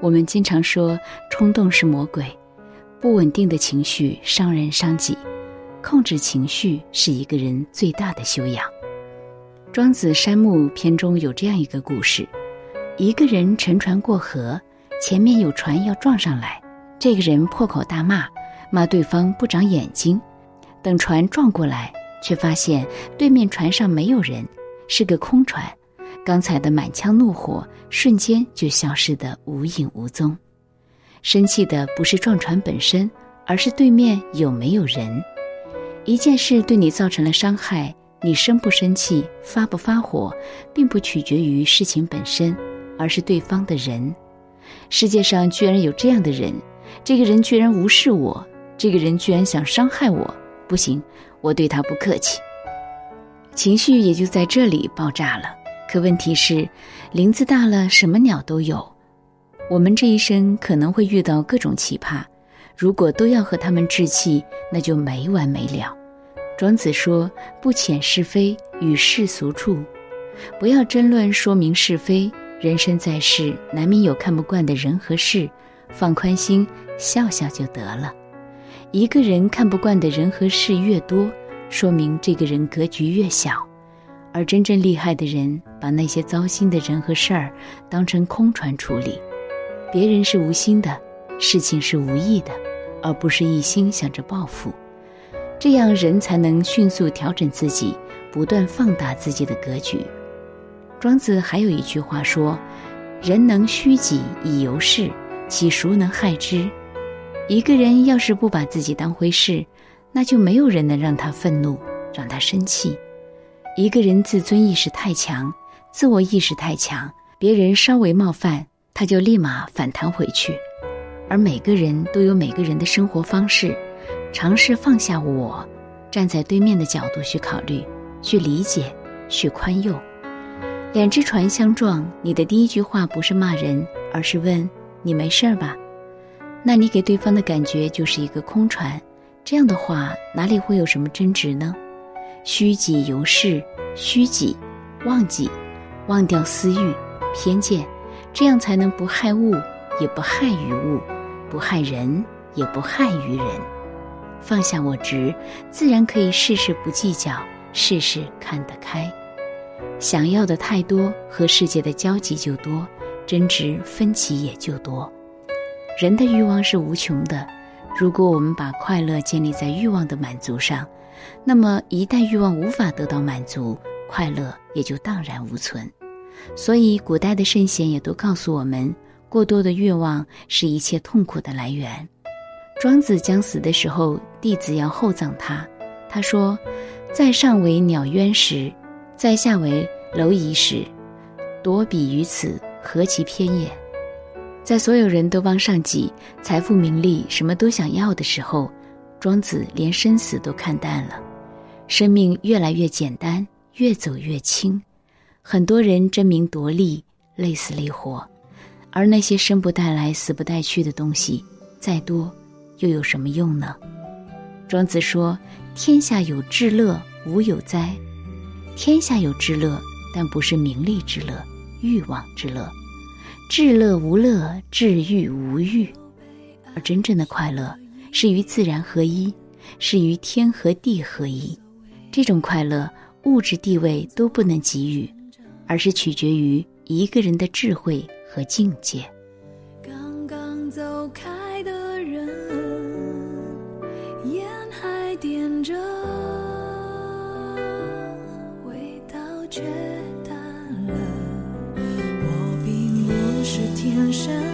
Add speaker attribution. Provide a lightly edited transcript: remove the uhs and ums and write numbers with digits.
Speaker 1: 们经常说冲动是魔鬼，不稳定的情绪伤人伤己，控制情绪是一个人最大的修养。庄子山木篇中有这样一个故事，一个人乘船过河，前面有船要撞上来，这个人破口大骂，骂对方不长眼睛。等船撞过来，却发现对面船上没有人，是个空船，刚才的满腔怒火瞬间就消失得无影无踪。生气的不是撞船本身，而是对面有没有人。一件事对你造成了伤害，你生不生气，发不发火，并不取决于事情本身，而是对方的人。世界上居然有这样的人，这个人居然无视我，这个人居然想伤害我，不行，我对他不客气。情绪也就在这里爆炸了。可问题是，林子大了，什么鸟都有。我们这一生可能会遇到各种奇葩，如果都要和他们置气，那就没完没了。庄子说，不遣是非，与世俗处。不要争论说明是非，人生在世，难免有看不惯的人和事，放宽心，笑笑就得了。一个人看不惯的人和事越多，说明这个人格局越小。而真正厉害的人，把那些糟心的人和事儿当成空船处理。别人是无心的，事情是无意的，而不是一心想着报复。这样人才能迅速调整自己，不断放大自己的格局。庄子还有一句话说，人能虚己以游世，其孰能害之？一个人要是不把自己当回事，那就没有人能让他愤怒，让他生气。一个人自尊意识太强，自我意识太强，别人稍微冒犯，他就立马反弹回去。而每个人都有每个人的生活方式，尝试放下我，站在对面的角度去考虑，去理解，去宽宥。两只船相撞，你的第一句话不是骂人，而是问你没事吧？那你给对方的感觉就是一个空船，这样的话哪里会有什么争执呢？虚己游世，虚己，忘己，忘掉私欲、偏见，这样才能不害物，也不害于物，不害人，也不害于人。放下我执，自然可以事事不计较，事事看得开。想要的太多，和世界的交集就多，争执分歧也就多。人的欲望是无穷的，如果我们把快乐建立在欲望的满足上，那么一旦欲望无法得到满足，快乐也就荡然无存。所以古代的圣贤也都告诉我们，过多的欲望是一切痛苦的来源。庄子将死的时候，弟子要厚葬他，他说，在上为鸟渊石，在下为蝼蚁石，夺彼于此，何其偏也。在所有人都往上挤，财富名利什么都想要的时候，庄子连生死都看淡了。生命越来越简单，越走越轻。很多人争名夺利，累死累活，而那些生不带来死不带去的东西，再多又有什么用呢？庄子说，天下有至乐，无有哉。天下有至乐，但不是名利之乐，欲望之乐。至乐无乐，至欲无欲。而真正的快乐是与自然合一，是与天和地合一。这种快乐物质地位都不能给予，而是取决于一个人的智慧和境界。
Speaker 2: 刚刚走开的人，烟还点着，味道却淡了。我并不是天生